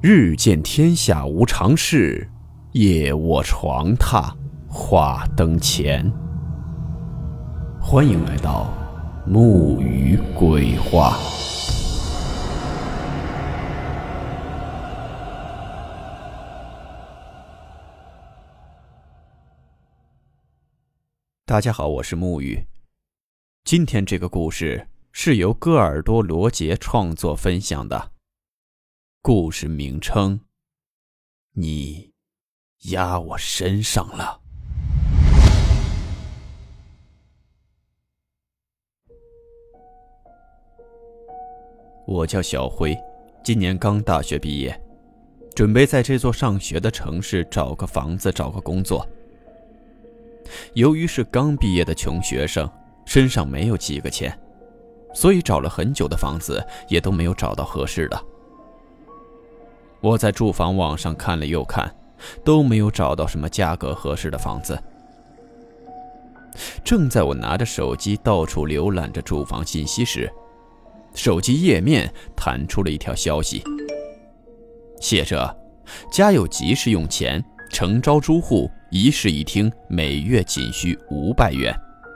日见天下无常事，夜卧床榻话灯前。欢迎来到木鱼鬼话。大家好，我是木鱼。今天这个故事是由戈尔多·罗杰创作分享的，故事名称：你压我身上了。我叫小辉，今年刚大学毕业，准备在这座上学的城市找个房子，找个工作。由于是刚毕业的穷学生，身上没有几个钱，所以找了很久的房子也都没有找到合适的。我在住房网上看了又看，都没有找到什么价格合适的房子。正在我拿着手机到处浏览着住房信息时，手机页面弹出了一条消息，写着家有急事用钱，诚招租户，一室一厅，每月仅需500元。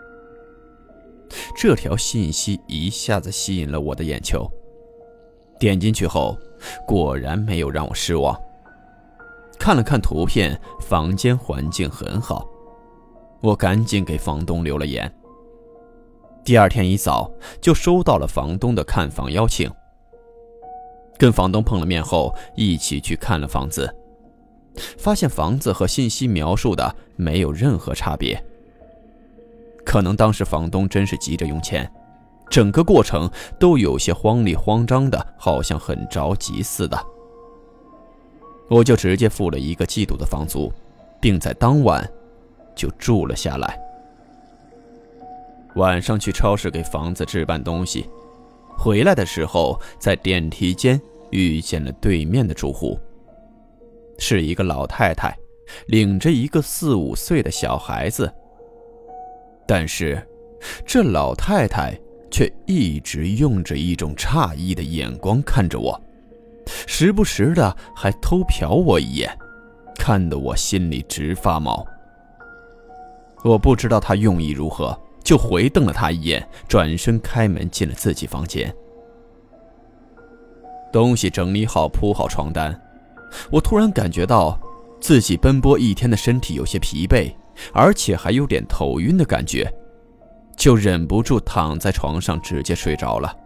这条信息一下子吸引了我的眼球，点进去后果然没有让我失望。看了看图片，房间环境很好，我赶紧给房东留了言。第二天一早就收到了房东的看房邀请，跟房东碰了面后一起去看了房子，发现房子和信息描述的没有任何差别。可能当时房东真是急着用钱，整个过程都有些慌里慌张的，好像很着急似的。我就直接付了1个季度的房租，并在当晚就住了下来。晚上去超市给房子置办东西，回来的时候在电梯间遇见了对面的住户，是一个老太太，领着一个4、5岁的小孩子。但是这老太太却一直用着一种诧异的眼光看着我，时不时的还偷瞟我一眼，看得我心里直发毛。我不知道她用意如何，就回瞪了她一眼，转身开门进了自己房间。东西整理好，铺好床单，我突然感觉到自己奔波一天的身体有些疲惫，而且还有点头晕的感觉，就忍不住躺在床上直接睡着了。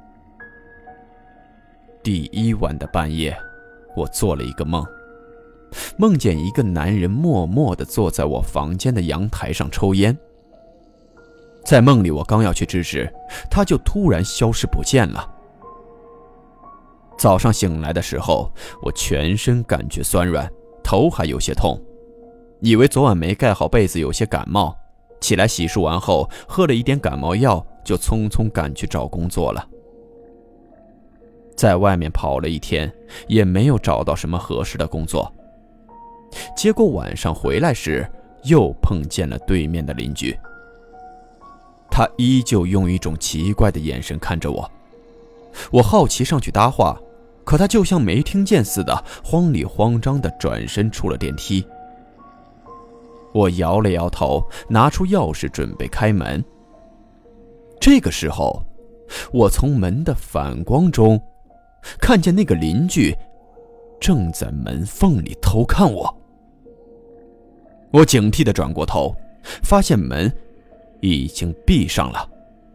第1晚的半夜，我做了一个梦，梦见一个男人默默地坐在我房间的阳台上抽烟。在梦里我刚要去制止，他就突然消失不见了。早上醒来的时候，我全身感觉酸软，头还有些痛，以为昨晚没盖好被子有些感冒，起来洗漱完后喝了一点感冒药，就匆匆赶去找工作了。在外面跑了一天，也没有找到什么合适的工作。结果晚上回来时，又碰见了对面的邻居，他依旧用一种奇怪的眼神看着我。我好奇上去搭话，可他就像没听见似的，慌里慌张地转身出了电梯。我摇了摇头，拿出钥匙准备开门。这个时候，我从门的反光中看见那个邻居正在门缝里偷看我。我警惕地转过头，发现门已经闭上了。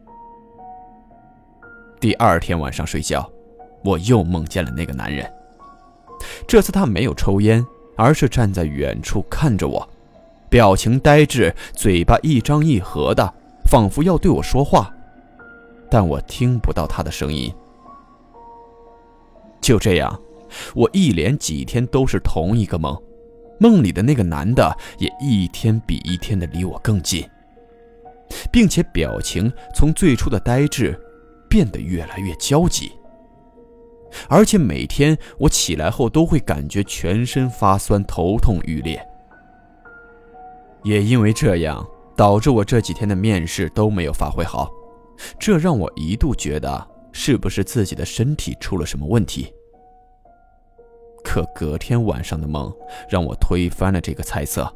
第2天晚上睡觉，我又梦见了那个男人。这次他没有抽烟，而是站在远处看着我，表情呆滞，嘴巴一张一合的，仿佛要对我说话，但我听不到他的声音。就这样，我一连几天都是同一个梦，梦里的那个男的也一天比一天的离我更近，并且表情从最初的呆滞变得越来越焦急。而且每天我起来后都会感觉全身发酸，头痛欲裂。也因为这样，导致我这几天的面试都没有发挥好，这让我一度觉得是不是自己的身体出了什么问题。 可隔天晚上的梦让我推翻了这个猜测。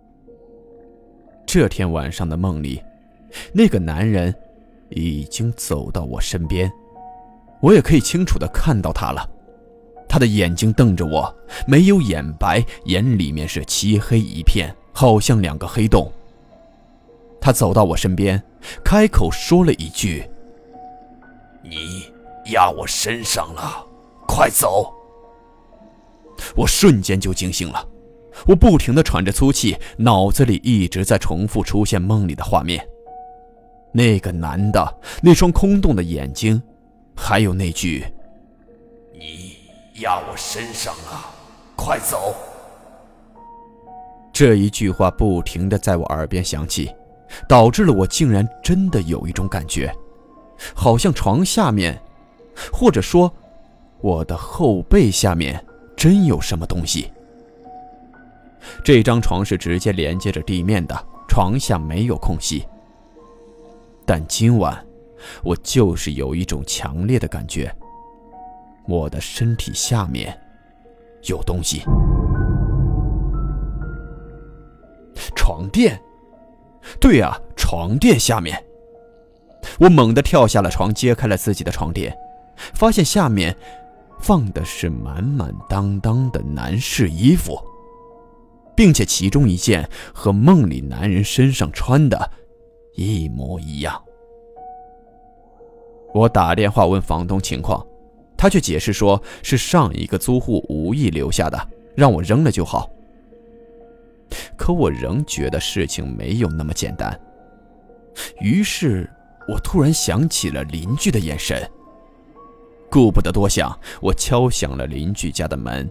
这天晚上的梦里，那个男人已经走到我身边，我也可以清楚地看到他了。他的眼睛瞪着我，没有眼白，眼里面是漆黑一片，好像2个黑洞。他走到我身边，开口说了一句：“你压我身上了，快走！”我瞬间就惊醒了，我不停地喘着粗气，脑子里一直在重复出现梦里的画面。那个男的，那双空洞的眼睛，还有那句：“你压我身上了，快走！”这一句话不停地在我耳边响起，导致了我竟然真的有一种感觉，好像床下面，或者说我的后背下面真有什么东西。这张床是直接连接着地面的，床下没有空隙。但今晚我就是有一种强烈的感觉，我的身体下面有东西。床垫，对啊，床垫下面。我猛地跳下了床，揭开了自己的床垫，发现下面放的是满满当当的男士衣服，并且其中一件和梦里男人身上穿的一模一样。我打电话问房东情况，他却解释说是上一个租户无意留下的，让我扔了就好。可我仍觉得事情没有那么简单，于是我突然想起了邻居的眼神。顾不得多想，我敲响了邻居家的门。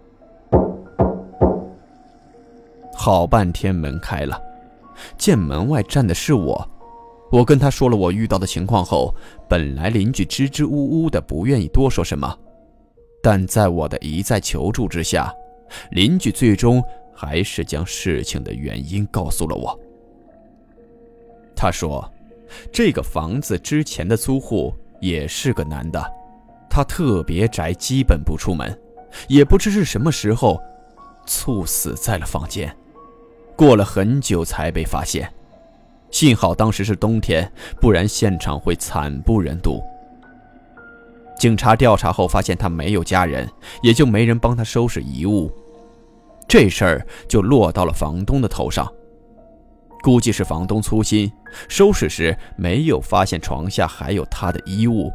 好半天门开了，见门外站的是我跟他说了我遇到的情况后，本来邻居支支吾吾的不愿意多说什么，但在我的一再求助之下，邻居最终还是将事情的原因告诉了我。他说这个房子之前的租户也是个男的，他特别宅，基本不出门，也不知是什么时候猝死在了房间，过了很久才被发现。幸好当时是冬天，不然现场会惨不忍睹。警察调查后发现他没有家人，也就没人帮他收拾遗物，这事儿就落到了房东的头上。估计是房东粗心，收拾时没有发现床下还有他的衣物。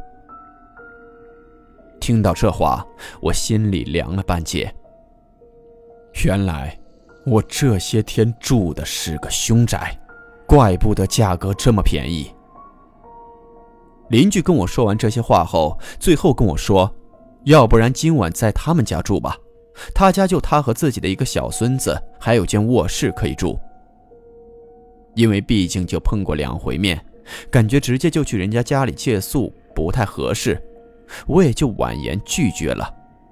听到这话，我心里凉了半截。原来我这些天住的是个凶宅，怪不得价格这么便宜。邻居跟我说完这些话后，最后跟我说，要不然今晚在他们家住吧，他家就他和自己的一个小孙子，还有间卧室可以住。因为毕竟就碰过2回面，感觉直接就去人家家里借宿不太合适，我也就婉言拒绝了。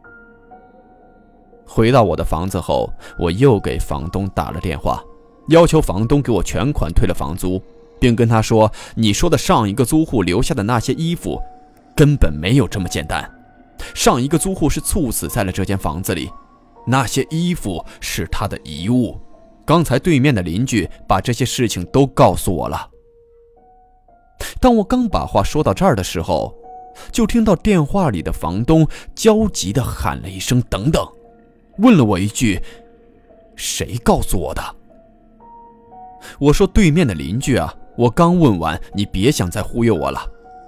回到我的房子后，我又给房东打了电话，要求房东给我全款退了房租，并跟他说，你说的上一个租户留下的那些衣服根本没有这么简单，上一个租户是猝死在了这间房子里，那些衣服是他的遗物，刚才对面的邻居把这些事情都告诉我了。当我刚把话说到这儿的时候，就听到电话里的房东焦急地喊了一声等等，问了我一句，谁告诉我的？我说对面的邻居啊，我刚问完，你别想再忽悠我了。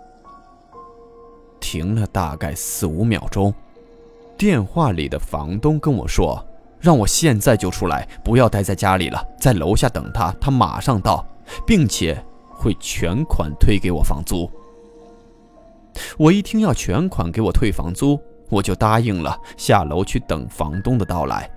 停了大概4、5秒钟，电话里的房东跟我说，让我现在就出来，不要待在家里了，在楼下等他，他马上到，并且会全款退给我房租。我一听要全款给我退房租，我就答应了，下楼去等房东的到来。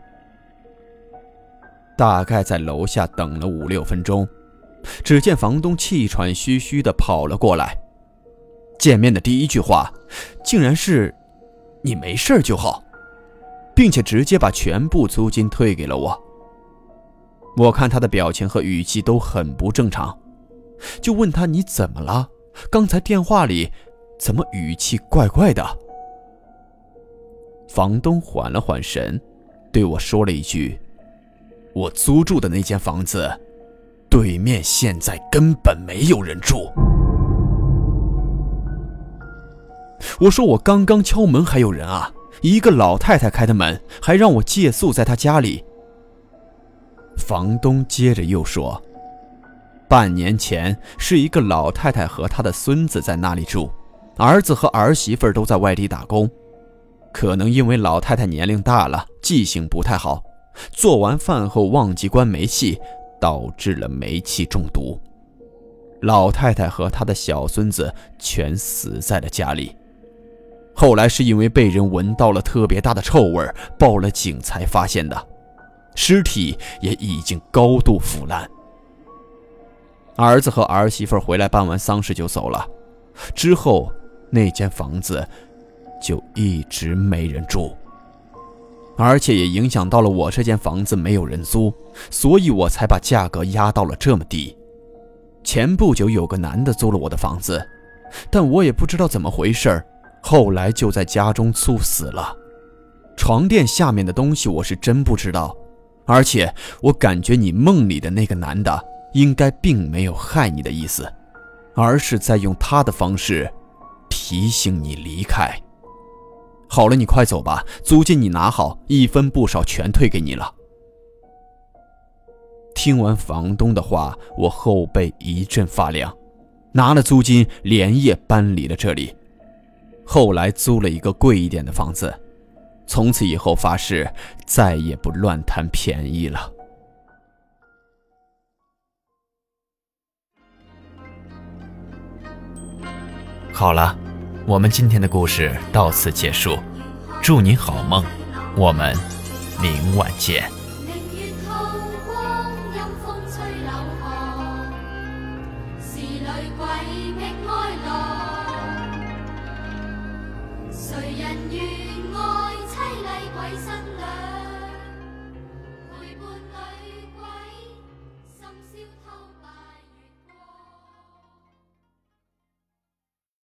大概在楼下等了5、6分钟，只见房东气喘吁吁地跑了过来，见面的第一句话竟然是你没事就好，并且直接把全部租金退给了我。我看他的表情和语气都很不正常，就问他，你怎么了？刚才电话里怎么语气怪怪的？ 房东缓了缓神，对我说了一句：“我租住的那间房子，对面现在根本没有人住。”我说：“我刚刚敲门还有人啊，一个老太太开的门，还让我借宿在她家里。”房东接着又说：“半年前是一个老太太和她的孙子在那里住，儿子和儿媳妇都在外地打工。可能因为老太太年龄大了，记性不太好，做完饭后忘记关煤气，导致了煤气中毒。老太太和她的小孙子全死在了家里。后来是因为被人闻到了特别大的臭味，报了警才发现的，尸体也已经高度腐烂。儿子和儿媳妇回来办完丧事就走了，之后那间房子就一直没人住，而且也影响到了我这间房子没有人租，所以我才把价格压到了这么低。前不久有个男的租了我的房子，但我也不知道怎么回事，后来就在家中猝死了。床垫下面的东西我是真不知道，而且我感觉你梦里的那个男的应该并没有害你的意思，而是在用他的方式提醒你离开。好了，你快走吧，租金你拿好，1分不少全退给你了。”听完房东的话，我后背一阵发凉，拿了租金连夜搬离了这里。后来租了一个贵一点的房子，从此以后发誓再也不乱贪便宜了。好了，我们今天的故事到此结束，祝您好梦，我们明晚见。